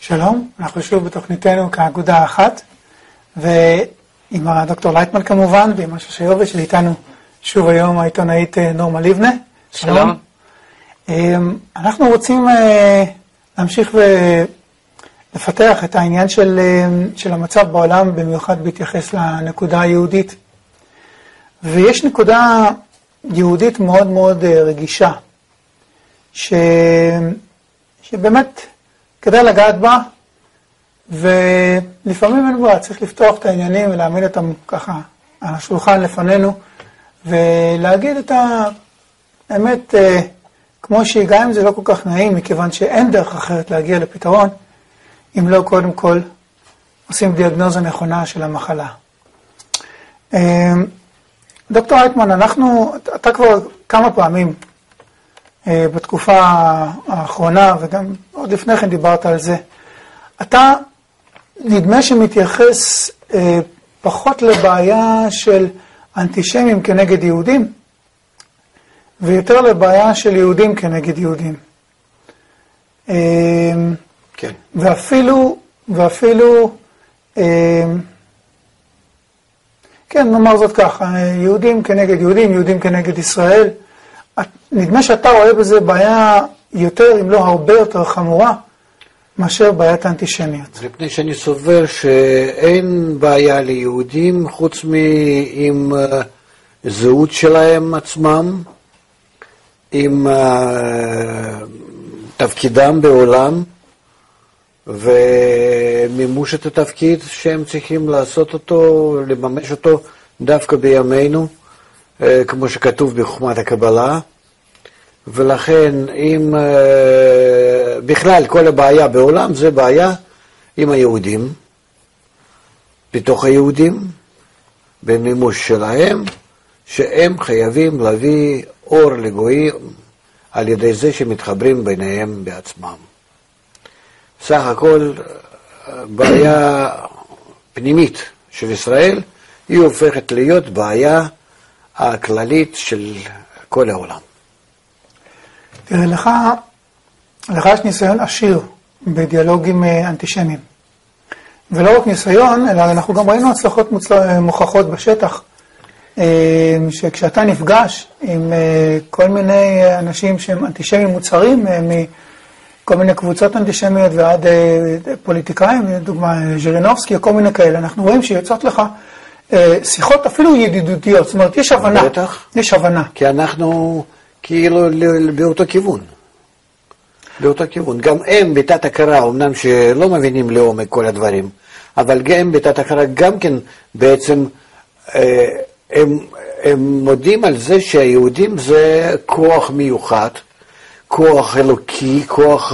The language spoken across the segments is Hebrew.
שלום, אנחנו שוב בתוכניתנו כאגודה אחת, ועם הדוקטור לייטמן כמובן, ועם השושי יובש, ואיתנו שוב היום העיתונאית נורמה לבנה. שלום. אנחנו רוצים להמשיך ולפתח את העניין של המצב בעולם, במיוחד בהתייחס לנקודה היהודית. ויש נקודה יהודית מאוד מאוד רגישה, שבאמת כדאי לגעת בה, ולפעמים אין בה, צריך לפתוח את העניינים ולהעמיד אותם ככה על השולחן לפנינו, ולהגיד את האמת כמו שהיא, גם אם זה לא כל כך נעים, מכיוון שאין דרך אחרת להגיע לפתרון, אם לא קודם כל עושים דיאגנוזה נכונה של המחלה. דוקטור לייטמן, אתה כבר כמה פעמים בתקופה האחרונה, וגם עוד לפני כן דיברת על זה, אתה נדמה שמתייחס פחות לבעיה של אנטישמים כנגד יהודים, ויותר לבעיה של יהודים כנגד יהודים. כן. ואפילו, כן, נאמר זאת ככה, יהודים כנגד יהודים, יהודים כנגד ישראל. נדמה שאתה רואה בזה בעיה יותר, אם לא הרבה יותר חמורה, מאשר בעיית האנטישמיות. לפני שאני סובר שאין בעיה ליהודים, חוץ עם זהות שלהם עצמם, עם תפקידם בעולם, ומימוש את התפקיד שהם צריכים לעשות אותו, לממש אותו דווקא בימינו, כמו שכתוב בחוכמת הקבלה. ולכן אם בכלל כל הבעיה בעולם זה בעיה עם היהודים, בתוך היהודים, במימוש שלהם, שהם חייבים להביא אור לגויים על ידי זה שמתחברים ביניהם בעצמם. סך הכל בעיה פנימית של ישראל היא הופכת להיות בעיה הכללית של כל העולם. תראה, לך יש ניסיון עשיר בדיאלוגים אנטישמיים. ולא רק ניסיון, אלא אנחנו גם ראינו הצלחות מוכחות בשטח, שכשאתה נפגש עם כל מיני אנשים שהם אנטישמים מוצרים, מכל מיני קבוצות אנטישמיות ועד פוליטיקאים, דוגמה ז'ירינובסקי, כל מיני כאלה, אנחנו רואים שיוצאות לך שיחות אפילו ידידותיות, זאת אומרת, יש הבנה. בטח. יש הבנה. כי אנחנו כאילו באותו כיוון. באותו כיוון. גם הם בתת הכרה, אמנם שלא מבינים לעומק כל הדברים, אבל גם בתת הכרה גם כן בעצם הם מודים על זה שהיהודים זה כוח מיוחד, כוח אלוקי, כוח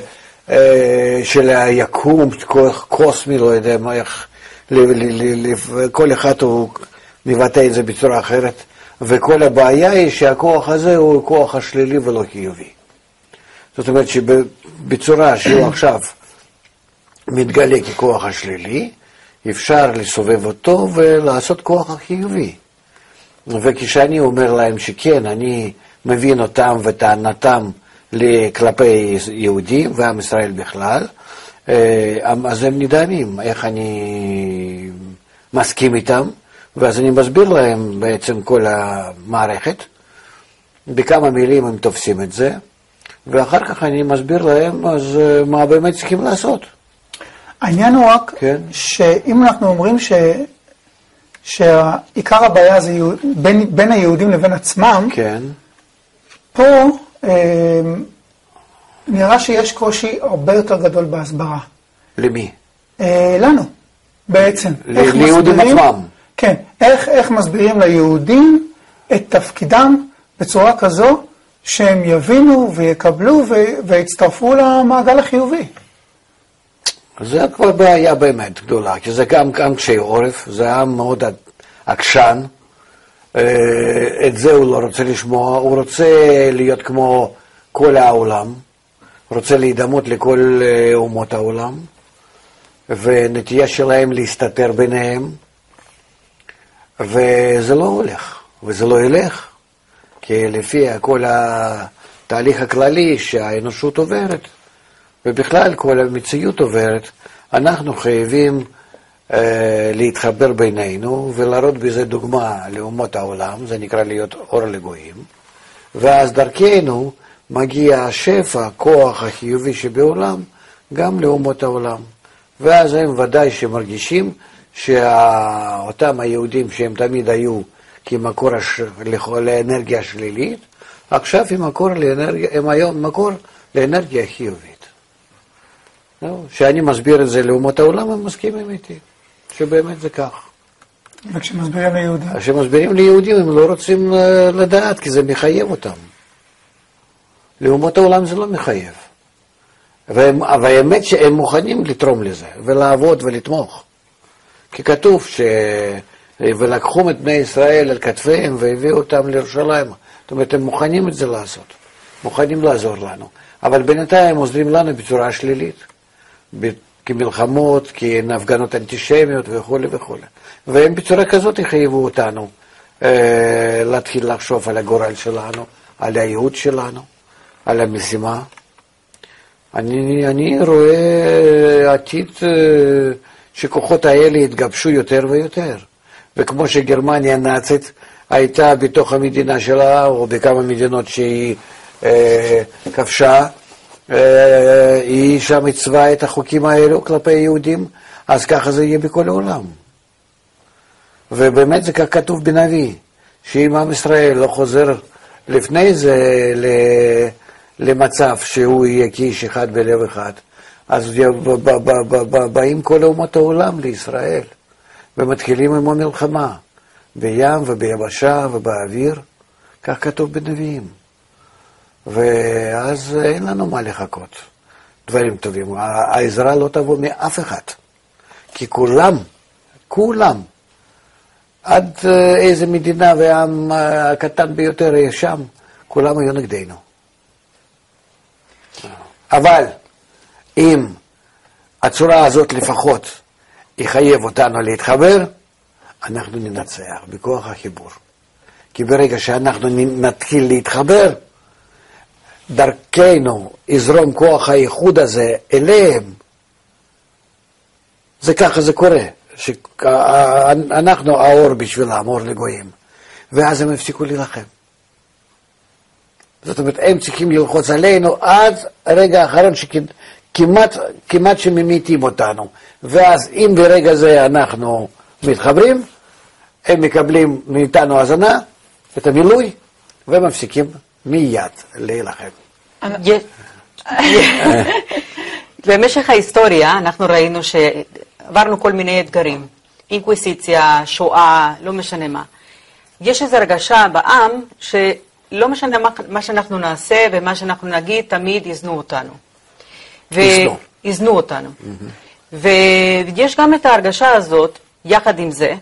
של היקום, כוח קוסמי, לא יודע מה, איך, כל אחד הוא מבטא את זה בצורה אחרת, וכל הבעיה היא שהכוח הזה הוא כוח השלילי ולא חיובי. זאת אומרת שבצורה שהוא עכשיו מתגלה ככוח השלילי, אפשר לסובב אותו ולעשות כוח החיובי. וכשאני אומר להם שכן, אני מבין אותם וטענתם כלפי יהודים ועם ישראל בכלל, אז הם נדהמים איך אני מסכים איתם, ואז אני מסביר להם בעצם כל המערכת, בכמה מילים הם תופסים את זה, ואחר כך אני מסביר להם אז מה באמת צריכים לעשות. העניין הוא רק שאם אנחנו אומרים שעיקר הבעיה זה בין היהודים לבין עצמם, כן. פה נראה שיש קושי הרבה יותר גדול בהסברה. למי? לנו, בעצם. ליהודים עצמם. כן, איך מסבירים ליהודים את תפקידם בצורה כזו שהם יבינו ויקבלו ויצטרפו למעגל החיובי. זה כבר בעיה באמת גדולה, כי זה גם קשי עורף, זה עם מאוד עקשן, את זה הוא לא רוצה לשמוע, הוא רוצה להיות כמו כל העולם, רוצה להידמות לכל אומות העולם, ונטייה שלהם להסתתר ביניהם, וזה לא הולך, וזה לא ילך, כי לפי כל התהליך הכללי שהאנושות עוברת, ובכלל כל המציאות עוברת, אנחנו חייבים להתחבר בינינו ולהראות בזה דוגמה לאומות העולם, זה נקרא להיות אור לגויים, ואז דרכנו מגיע השפע, הכוח החיובי שבעולם, גם לאומות העולם. ואז הם ודאי שמרגישים שאותם היהודים שהם תמיד היו כמקור לאנרגיה שלילית, עכשיו הם היום מקור לאנרגיה חיובית. כשאני מסביר את זה לאומות העולם, הם מסכימים איתי, שבאמת זה כך. וכשמסבירים ליהודים? כשמסבירים ליהודים הם לא רוצים לדעת, כי זה מחייב אותם. לאומות העולם זה לא מחייב. והאמת שהם מוכנים לתרום לזה, ולעבוד ולתמוך. כי כתוב ולקחו את בני ישראל על כתפיהם והביאו אותם לירושלים. זאת אומרת, הם מוכנים את זה לעשות. מוכנים לעזור לנו. אבל בינתיים עוזרים לנו בצורה שלילית. כמלחמות, כהפגנות אנטישמיות וכו' וכו'. והם בצורה כזאת יחייבו אותנו להתחיל לחשוב על הגורל שלנו, על הייעוד שלנו, על המשימה. אני רואה עתיד שכוחות האלה יתגבשו יותר ויותר. וכמו שגרמניה הנאצית הייתה בתוך המדינה שלה, או בכמה מדינות שהיא כבשה, היא שם הצווה את החוקים האלו כלפי יהודים, אז ככה זה יהיה בכל העולם. ובאמת זה כתוב בנביא, שאם עם ישראל לא חוזר לפני זה למצב שהוא יהיה כאיש אחד בלב אחד, אז באים כל אומות העולם לישראל, ומתחילים עם המלחמה, בים וביבשה ובאוויר, כך כתוב בנביאים. ואז אין לנו מה לחכות, דברים טובים. העזרה לא תבוא מאף אחד, כי כולם, עד איזה מדינה והעם הקטן ביותר יש שם, כולם היו נגדנו. אבל אם הצורה הזאת לפחות יחייב אותנו להתחבר, אנחנו ננצח בכוח החיבור. כי ברגע שאנחנו נתחיל להתחבר, דרכנו יזרום כוח הייחוד הזה אליהם. זה ככה זה קורה, שאנחנו האור בשבילם, אור לגויים, ואז הם הפסיקו להילחם. זאת אומרת, הם צריכים ללחוץ עלינו עד הרגע האחרון שכמעט שממיתים אותנו. ואז אם ברגע זה אנחנו מתחברים, הם מקבלים מאיתנו הזנה, את המילוי, ומפסיקים מיד להילחם. במשך ההיסטוריה אנחנו ראינו שעברנו כל מיני אתגרים, אינקוויסיציה, שואה, לא משנה מה. יש איזו הרגשה בעם שלא משנה מה שאנחנו נעשה ומה שאנחנו נגיד, תמיד יזנו אותנו. יזנו אותנו. ויש גם את ההרגשה הזאת, יחד עם זה,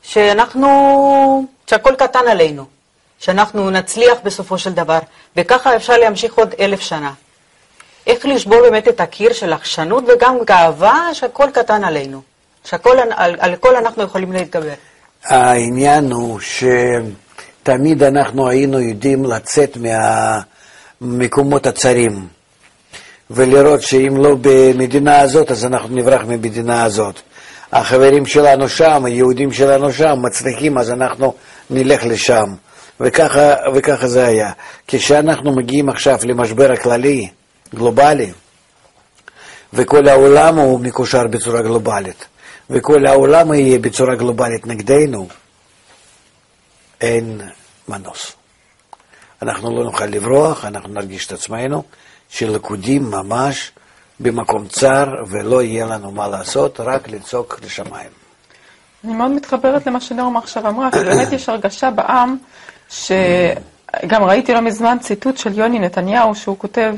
שהכל קטן עלינו. שאנחנו נצליח בסופו של דבר, וככה אפשר להמשיך עוד 1000 שנה. איך לשבור באמת את הקיר של עקשנות וגם גאווה שהכל קטן עלינו, שעל הכל אנחנו יכולים להתגבר. העניין הוא שתמיד אנחנו היינו יודעים לצאת מהמקומות הצרים, ולראות שאם לא במדינה הזאת, אז אנחנו נברח ממדינה הזאת. החברים שלנו שם, היהודים שלנו שם, מצליחים, אז אנחנו נלך לשם. וככה זה היה. כשאנחנו מגיעים עכשיו למשבר הכללי, גלובלי, וכל העולם הוא מקושר בצורה גלובלית, וכל העולם יהיה בצורה גלובלית נגדנו, אין מנוס. אנחנו לא נוכל לברוח, אנחנו נרגיש את עצמנו שלכודים ממש במקום צר, ולא יהיה לנו מה לעשות, רק לצעוק לשמיים. אני מאוד מתחברת למה שנורמה עכשיו אמרה, כי באמת יש הרגשה בעם, שגם ראיתי לא מזמן ציטוט של יוני נתניהו, שהוא כותב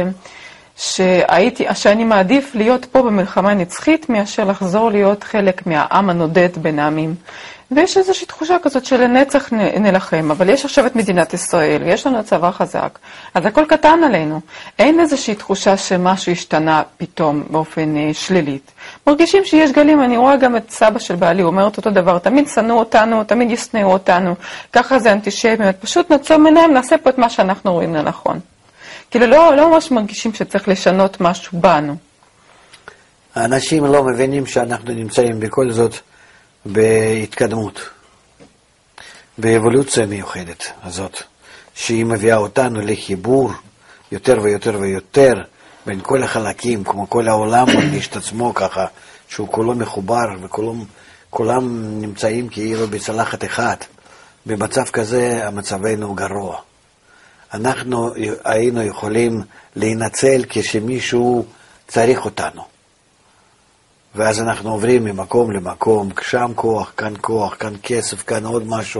שאני מעדיף להיות פה במלחמה נצחית, מאשר לחזור להיות חלק מהעם הנודד בין העמים. ויש איזושהי תחושה כזאת שלנצח נלחם, אבל יש עכשיו את מדינת ישראל, יש לנו צבא חזק, אז הכל קטן עלינו. אין איזושהי תחושה שמשהו השתנה פתאום באופן שלילית. מרגישים שיש גלים, אני רואה גם את סבא של בעלי, הוא אומר את אותו דבר, תמיד שנאו אותנו, תמיד ישנאו אותנו, ככה זה אנטישמיות, פשוט נעצום עיניים, נעשה פה את מה שאנחנו רואים לנכון. כאילו לא ממש מרגישים שצריך לשנות משהו בנו. האנשים לא מבינים שאנחנו נמצאים בכל זאת בהתקדמות, באבולוציה מיוחדת הזאת, שהיא מביאה אותנו לחיבור יותר ויותר ויותר בין כל החלקים, כמו כל העולם מרגיש את עצמו ככה, שהוא כולו מחובר וכולם נמצאים כאילו בצלחת אחת. במצב כזה המצבנו גרוע. אנחנו היינו יכולים להינצל כשמישהו צריך אותנו. ואז אנחנו עוברים ממקום למקום, שם כוח, כאן כסף, כאן עוד משהו,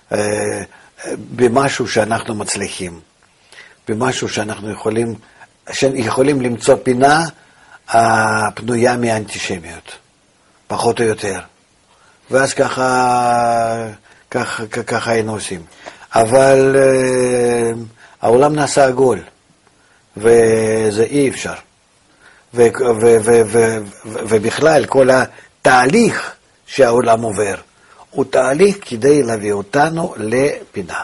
במשהו שאנחנו מצליחים, במשהו שאנחנו יכולים למצוא פינה הפנויה מהאנטישמיות, פחות או יותר. ואז ככה היינו עושים. אבל העולם נעשה עגול, וזה אי אפשר. ובכלל כל התהליך שהעולם עובר הוא תהליך כדי להביא אותנו לפינה.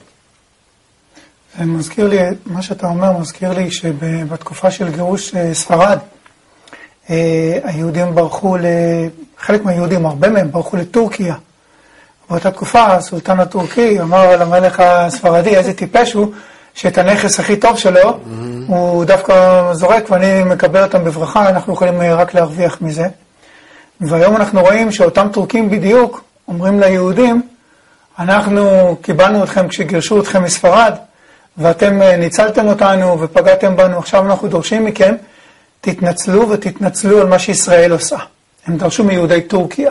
מזכיר לי, מה שאתה אומר מזכיר לי שבתקופה של גירוש ספרד היהודים ברחו, חלק מהיהודים, הרבה מהם ברחו לטורקיה. באותה תקופה הסולטן הטורקי אמר למלך הספרדי איזה טיפש הוא, שאת הנכס הכי טוב שלו הוא דווקא זורק ואני מקבל אותם בברכה, אנחנו יכולים רק להרוויח מזה. והיום אנחנו רואים שאותם טורקים בדיוק אומרים ליהודים, אנחנו קיבלנו אתכם כשגירשו אתכם מספרד, ואתם ניצלתם אותנו ופגעתם בנו, עכשיו אנחנו דורשים מכם, תתנצלו ותתנצלו על מה שישראל עושה. הם דרשו מיהודי טורקיה.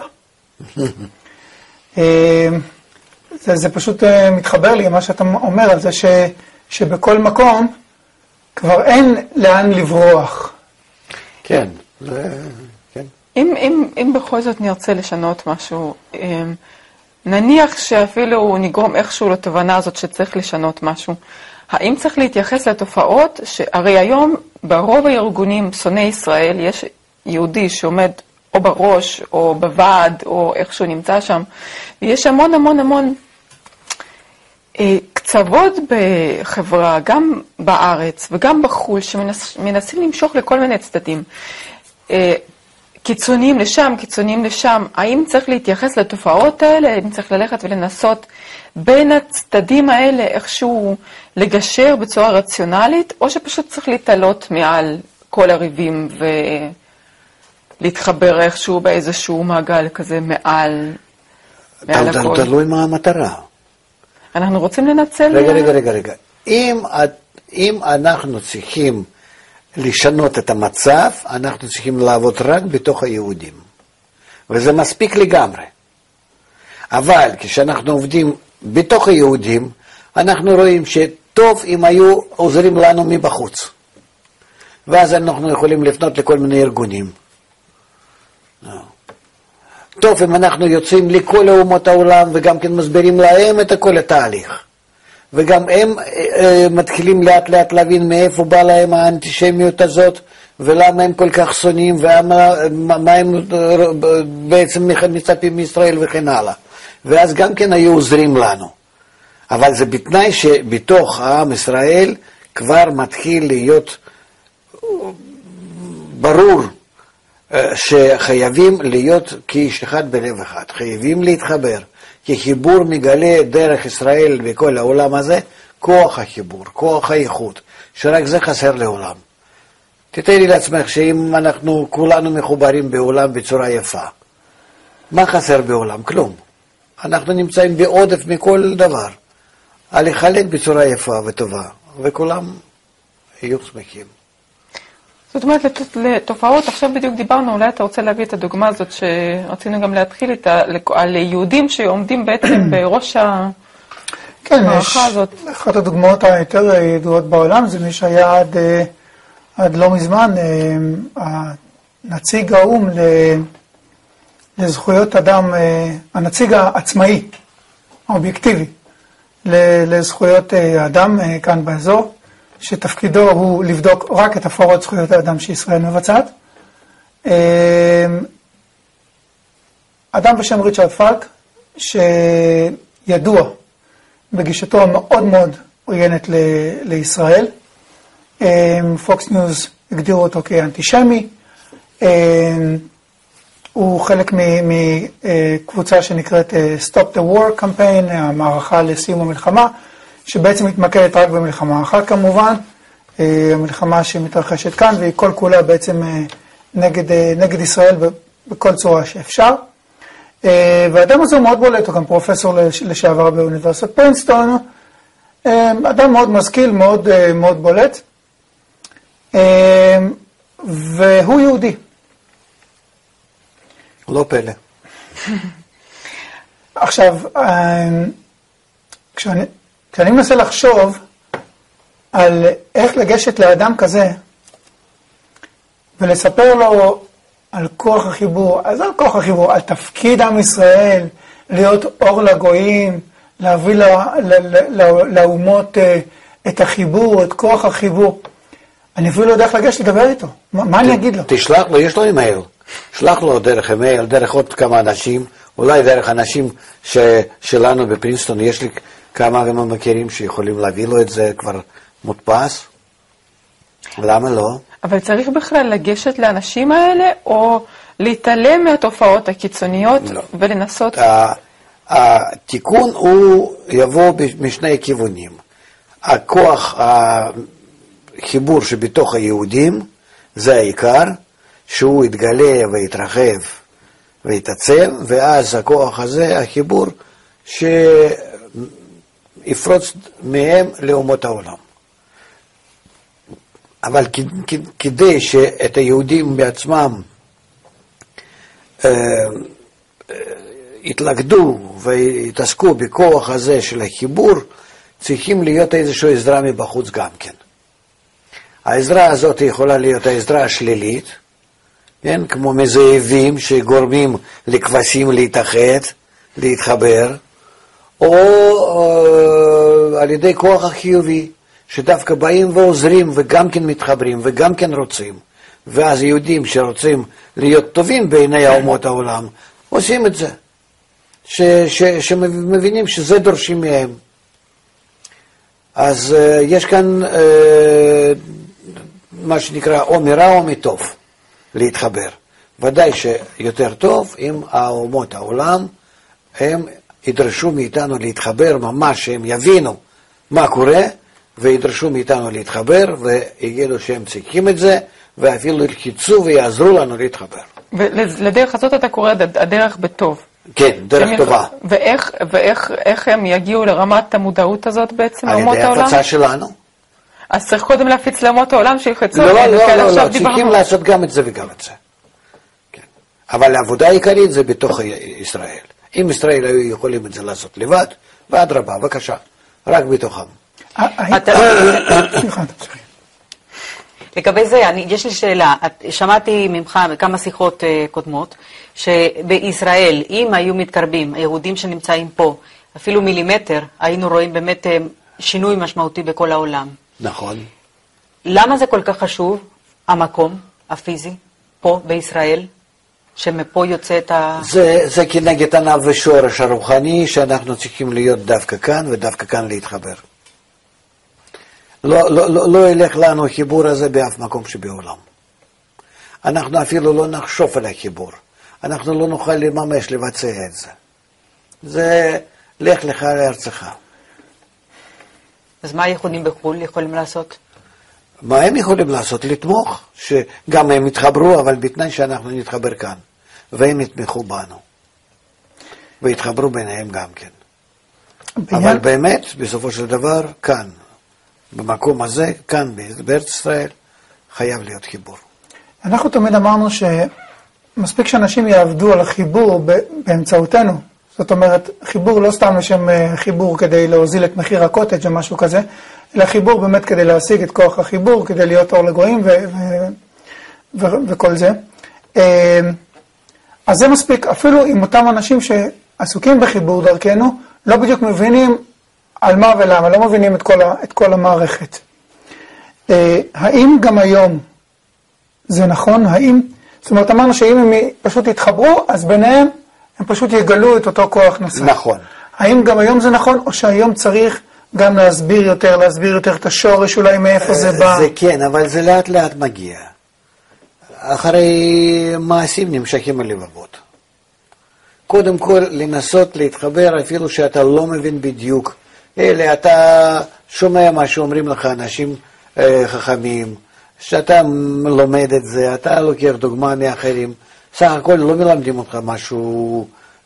זה פשוט מתחבר לי, מה שאתה אומר על זה שבכל מקום כבר אין לאן לברוח. כן, כן. אם בכל זאת נרצה לשנות משהו, נניח שאפילו נגרום איכשהו לתובנה הזאת שצריך לשנות משהו, האם צריך להתייחס לתופעות שהרי היום ברוב הארגונים שונאי ישראל יש יהודי שעומד או בראש או בוועד או איכשהו נמצא שם, ויש המון המון המון קצוות בחברה, גם בארץ וגם בחול, שמנסים למשוך לכל מיני צדדים. קיצוניים לשם, קיצוניים לשם. האם צריך להתייחס לתופעות האלה? האם צריך ללכת ולנסות בין הצדדים האלה איכשהו לגשר בצורה רציונלית, או שפשוט צריך להתעלות מעל כל הריבים ולהתחבר איכשהו באיזשהו מעגל כזה מעל הכל? תלוי מה המטרה. אנחנו רוצים לנצל... רגע. אם אנחנו צריכים לשנות את המצב, אנחנו צריכים לעבוד רק בתוך היהודים. וזה מספיק לגמרי. אבל כשאנחנו עובדים בתוך היהודים, אנחנו רואים שטוב אם היו עוזרים לנו מבחוץ. ואז אנחנו יכולים לפנות לכל מיני ארגונים. טוב אם אנחנו יוצאים לכל אומות העולם וגם כן מסבירים להם את כל התהליך. וגם הם מתחילים לאט לאט להבין מאיפה בא להם האנטישמיות הזאת, ולמה הם כל כך שונאים, ומה הם בעצם מצפים מישראל וכן הלאה. ואז גם כן היו עוזרים לנו. אבל זה בתנאי שבתוך העם ישראל כבר מתחיל להיות ברור שחייבים להיות כאיש אחד בלב אחד, חייבים להתחבר. כי חיבור מגלה דרך ישראל בכל העולם הזה, כוח החיבור, כוח האיכות, שרק זה חסר לעולם. תתארי לעצמך שאם אנחנו כולנו מחוברים בעולם בצורה יפה, מה חסר בעולם? כלום. אנחנו נמצאים בעודף מכל דבר. לחלק בצורה יפה וטובה, וכולם יהיו שמחים. זאת אומרת, לתופעות, עכשיו בדיוק דיברנו, אולי אתה רוצה להביא את הדוגמה הזאת שרצינו גם להתחיל איתה, על יהודים שעומדים בעצם בראש המערכה הזאת. כן, אחת הדוגמאות היותר ידועות בעולם זה מי שהיה עד לא מזמן הנציג האו"ם לזכויות אדם, הנציג העצמאי, האובייקטיבי, לזכויות האדם כאן באזור, שתפקידו הוא לבדוק רק את הפרות זכויות האדם שישראל מבצעת. אדם בשם ריצ'רד פלק, שידוע בגישתו המאוד מאוד עוינת לישראל, פוקס ניוז הגדירו אותו כאנטישמי, הוא חלק מקבוצה שנקראת Stop the War Campaign, המערכה לסיום המלחמה, שבעצם מתמקדת רק במלחמה אחת כמובן, המלחמה שמתרחשת כאן, והיא כל כולה בעצם נגד ישראל בכל צורה שאפשר. והאדם הזה הוא מאוד בולט, הוא גם פרופסור לשעבר באוניברסיטת פרינסטון, אדם מאוד משכיל, מאוד בולט, והוא יהודי. לא פלא. עכשיו, כשאני מנסה לחשוב על איך לגשת לאדם כזה, ולספר לו על כוח החיבור, אז על כוח החיבור, על תפקיד עם ישראל, להיות אור לגויים, להביא לאומות את החיבור, את כוח החיבור. אני אפילו לא יודע איך לגשת לדבר איתו. מה אני אגיד לו? תשלח לו, יש לו אימייל. שלח לו דרך אימייל, דרך עוד כמה אנשים, אולי דרך אנשים שלנו בפרינסטון, יש לי כמה מכירים שיכולים להביא לו את זה כבר מודפס. למה לא? אבל צריך בכלל לגשת לאנשים האלה, או להתעלם מהתופעות הקיצוניות ולנסות? התיקון הוא יבוא משני כיוונים. הכוח, החיבור שבתוך היהודים, זה העיקר, שהוא יתגלה ויתרחב ויתעצם, ואז הכוח הזה, החיבור, שיפרוץ מהם לאומות העולם. אבל כדי שאת היהודים בעצמם יתלכדו ויתעסקו בכוח הזה של החיבור, צריכים להיות איזושהי עזרה מבחוץ גם כן. העזרה הזאת יכולה להיות העזרה השלילית, כן? כמו מזאבים שגורמים לכבשים להתאחד, להתחבר, או על ידי כוח החיובי, שדווקא באים ועוזרים וגם כן מתחברים וגם כן רוצים. ואז יהודים שרוצים להיות טובים בעיני אומות העולם, עושים את זה. שמבינים שזה דורשים מהם. אז יש כאן מה שנקרא או מרע או מטוב להתחבר. ודאי שיותר טוב אם אומות העולם הם ידרשו מאיתנו להתחבר, ממש שהם יבינו מה קורה, וידרשו מאיתנו להתחבר, ויגידו שהם צריכים את זה, ואפילו ילחיצו ויעזרו לנו להתחבר. ולדרך הזאת אתה קורא הדרך בטוב. כן, דרך טובה. ואיך הם יגיעו לרמת המודעות הזאת בעצם לאומות העולם? על ידי הפצה שלנו. אז צריך קודם להפיץ לאומות העולם שילחצו. לא, צריכים לעשות גם את זה וגם את זה. כן. אבל העבודה העיקרית זה בתוך ישראל. אם ישראל היו יכולים את זה לעשות לבד, ואדרבה, בבקשה, רק בתוכם. לגבי זה, יש לי שאלה. שמעתי ממך בכמה שיחות קודמות, שבישראל, אם היו מתקרבים, היהודים שנמצאים פה, אפילו מילימטר, היינו רואים באמת שינוי משמעותי בכל העולם. נכון. למה זה כל כך חשוב, המקום הפיזי, פה בישראל, שמפה יוצא את זה כנגד ענב ושורש הרוחני, שאנחנו צריכים להיות דווקא כאן, ודווקא כאן להתחבר. לא ילך לנו החיבור הזה באף מקום שבעולם. אנחנו אפילו לא נחשוב על החיבור. אנחנו לא נוכל לממש, לבצע את זה. זה לך לך לארצך. אז מה היהודים בחו"ל יכולים לעשות? מה הם יכולים לעשות? לתמוך, שגם הם יתחברו, אבל בתנאי שאנחנו נתחבר כאן. והם יתמכו בנו. ויתחברו ביניהם גם כן. אבל באמת, בסופו של דבר, כאן. במקום הזה, כאן בארץ ישראל, חייב להיות חיבור. אנחנו תמיד אמרנו שמספיק שאנשים יעבדו על החיבור באמצעותנו. זאת אומרת, חיבור לא סתם לשם חיבור כדי להוזיל את מחיר הקוטג' או משהו כזה, אלא חיבור באמת כדי להשיג את כוח החיבור, כדי להיות אור לגויים וכל זה. אז זה מספיק, אפילו עם אותם אנשים שעסוקים בחיבור דרכנו, לא בדיוק מבינים על מה ולמה, לא מבינים את כל המערכת. האם גם היום זה נכון? זאת אומרת, אמרנו שאם הם פשוט יתחברו, אז ביניהם הם פשוט יגלו את אותו כוח נוסף. נכון. האם גם היום זה נכון, או שהיום צריך גם להסביר יותר את השורש, אולי מאיפה זה בא. זה כן, אבל זה לאט לאט מגיע. אחרי מעשים נמשכים הלבבות. קודם כל לנסות להתחבר אפילו שאתה לא מבין בדיוק. אלא אתה שומע מה שאומרים לך אנשים חכמים, שאתה לומד את זה, אתה לוקח דוגמה מאחרים. סך הכל לא מלמדים אותך משהו,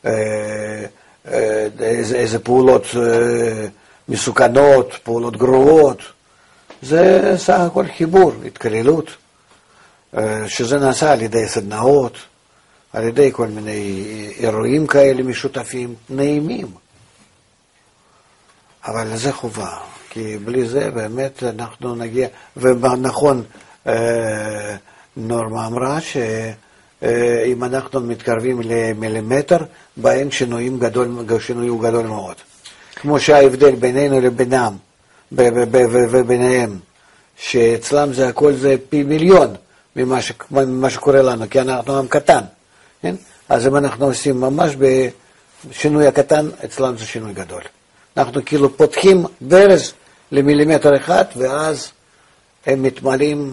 איזה פעולות מסוכנות, פעולות גרועות. זה סך הכל חיבור, התקללות, שזה נעשה על ידי סדנאות, על ידי כל מיני אירועים כאלה משותפים, נעימים. אבל זה חובה, כי בלי זה באמת אנחנו נגיע, ונכון, נורמה אמרה שאם אנחנו מתקרבים למילימטר, בהם שינוי הוא גדול מאוד. כמו שההבדל בינינו לבינם, וביניהם, שאצלם זה הכל זה פי מיליון ממה שקורה לנו, כי אנחנו עם קטן. כן? אז אם אנחנו עושים ממש בשינוי הקטן, אצלם זה שינוי גדול. אנחנו כאילו פותחים ברז למילימטר אחד, ואז הם מתמלאים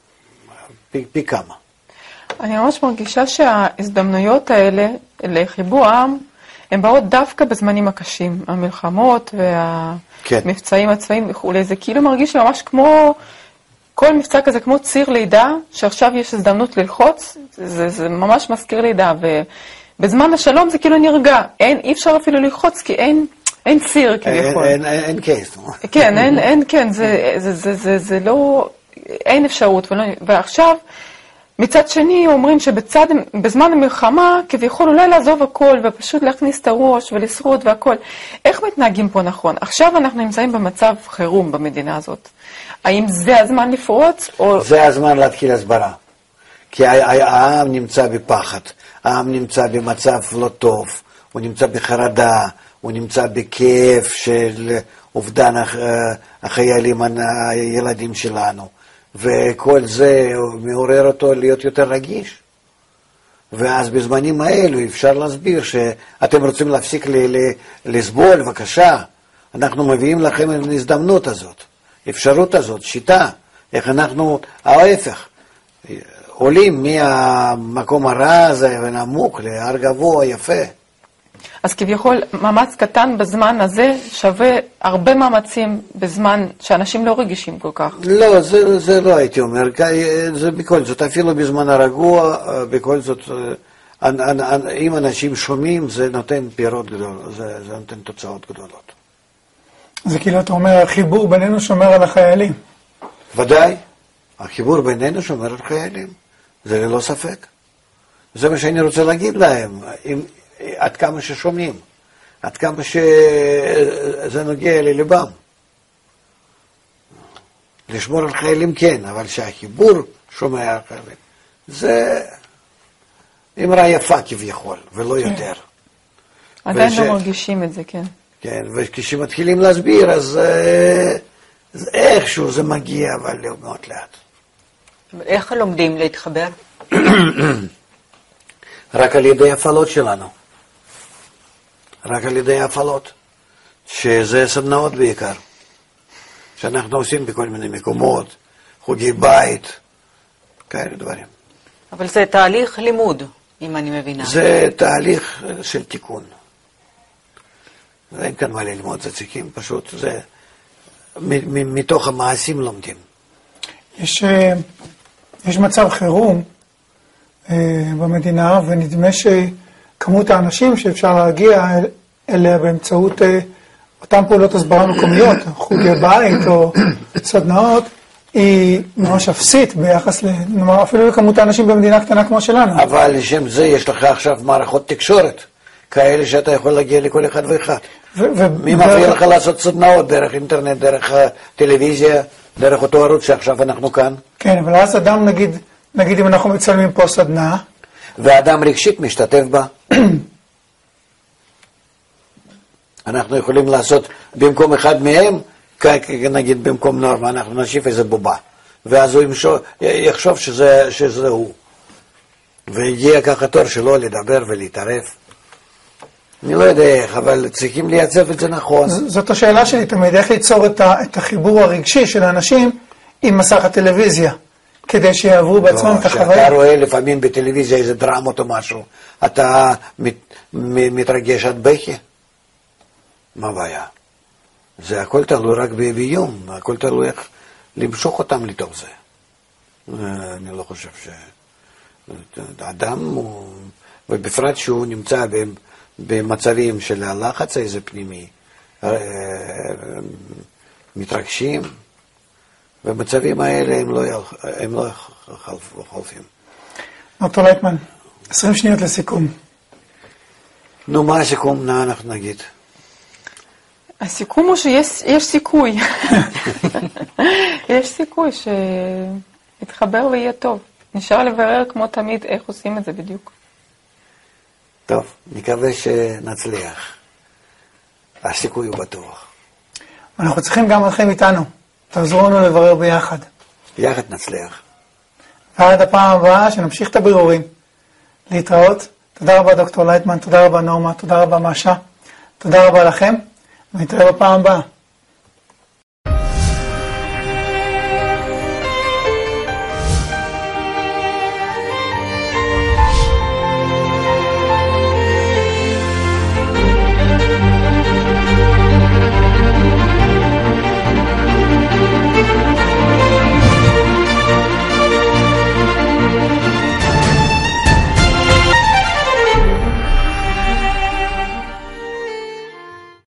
פי כמה. אני ממש מרגישה שההזדמנויות האלה לחיבור העם, הן באות דווקא בזמנים הקשים, המלחמות והמבצעים הצבאיים וכו'. זה כאילו מרגיש ממש כמו, כל מבצע כזה כמו ציר לידה, שעכשיו יש הזדמנות ללחוץ, זה ממש מזכיר לידה, ובזמן השלום זה כאילו נרגע, אי אפשר אפילו ללחוץ, כי אין ציר כביכול. אין קייס. כן, כן, זה לא, אין אפשרות, ועכשיו, מצד שני אומרים שבזמן המלחמה כביכול אולי לעזוב הכל ופשוט להכניס את הראש ולשרוד והכל. איך מתנהגים פה נכון? עכשיו אנחנו נמצאים במצב חירום במדינה הזאת. האם זה הזמן לפרוץ? או... זה הזמן להתחיל הסברה. כי העם נמצא בפחד, העם נמצא במצב לא טוב, הוא נמצא בחרדה, הוא נמצא בכאב של אובדן החיילים, הילדים שלנו. וכל זה מעורר אותו להיות יותר רגיש. ואז בזמנים האלו אפשר להסביר שאתם רוצים להפסיק לסבול, בבקשה. אנחנו מביאים לכם את ההזדמנות הזאת, אפשרות הזאת, שיטה. איך אנחנו, ההפך, עולים מהמקום הרע הזה ונמוך להר גבוה יפה. אז כביכול מאמץ קטן בזמן הזה שווה הרבה מאמצים בזמן שאנשים לא רגישים כל כך. לא, זה לא הייתי אומר, זה בכל זאת, אפילו בזמן הרגוע, בכל זאת, אם אנשים שומעים, זה נותן פירות גדולות, זה נותן תוצאות גדולות. זה כאילו אתה אומר, החיבור בינינו שומר על החיילים. ודאי, החיבור בינינו שומר על חיילים, זה ללא ספק. זה מה שאני רוצה להגיד להם, עד כמה ששומעים, עד כמה שזה נוגע לליבם. לשמור על חיילים כן, אבל שהחיבור שומע על חיילים, זה אמרה יפה כביכול, ולא יותר. עדיין לא מרגישים את זה, כן. כן, וכשמתחילים להסביר, אז איכשהו זה מגיע, אבל מאוד לאט. איך לומדים להתחבר? רק על ידי הפעלות שלנו. רק על ידי הפעלות, שזה סדנאות בעיקר, שאנחנו עושים בכל מיני מקומות, חוגי בית, כאלה דברים. אבל זה תהליך לימוד, אם אני מבינה. זה תהליך של תיקון. אין כאן מה ללמוד, זה צריכים פשוט, זה מתוך המעשים לומדים. יש מצב חירום במדינה, ונדמה שכמות האנשים שאפשר להגיע אליה באמצעות אותן פעולות הסברה מקומיות, חוגי בית או סדנאות, היא ממש אפסית ביחס אפילו לכמות האנשים במדינה קטנה כמו שלנו. אבל לשם זה יש לך עכשיו מערכות תקשורת, כאלה שאתה יכול להגיע לכל אחד ואחד. מי מפריע לך לעשות סדנאות דרך אינטרנט, דרך טלוויזיה, דרך אותו ערוץ שעכשיו אנחנו כאן? כן, אבל אז אדם, נגיד אם אנחנו מצלמים פה סדנה, ואדם רגשית משתתף בה. אנחנו יכולים לעשות במקום אחד מהם, נגיד במקום נורמה, אנחנו נשיף איזה בובה. ואז הוא יחשוב שזה הוא. והגיע ככה תור שלו לדבר ולהתערף. אני לא יודע איך, אבל צריכים לייצב את זה נכון. זאת השאלה שלי תמיד, איך ליצור את החיבור הרגשי של האנשים עם מסך הטלוויזיה, כדי שיעברו בעצמם את החוויה. כשאתה רואה לפעמים בטלוויזיה איזה דרמות או משהו, אתה מתרגש עד בכי? מה הבעיה? זה הכל תלוי רק באיום, הכל תלוי איך למשוך אותם לתוך זה. אני לא חושב אדם, ובפרט שהוא נמצא במצבים של הלחץ איזה פנימי, מתרגשים, במצבים האלה הם לא חולפים. דוקטור לייטמן, 20 שניות לסיכום. נו, מה הסיכום? אנחנו נגיד. הסיכום הוא שיש סיכוי. יש סיכוי שיתחבר ויהיה טוב. נשאר לברר כמו תמיד איך עושים את זה בדיוק. טוב, נקווה שנצליח. הסיכוי הוא בטוח. אנחנו צריכים גם אתכם איתנו. תעזרו לנו לברר ביחד. יחד נצליח. ועד הפעם הבאה שנמשיך את הבירורים. להתראות. תודה רבה דוקטור לייטמן, תודה רבה נורמה, תודה רבה מאשה. תודה רבה לכם, ונתראה בפעם הבאה.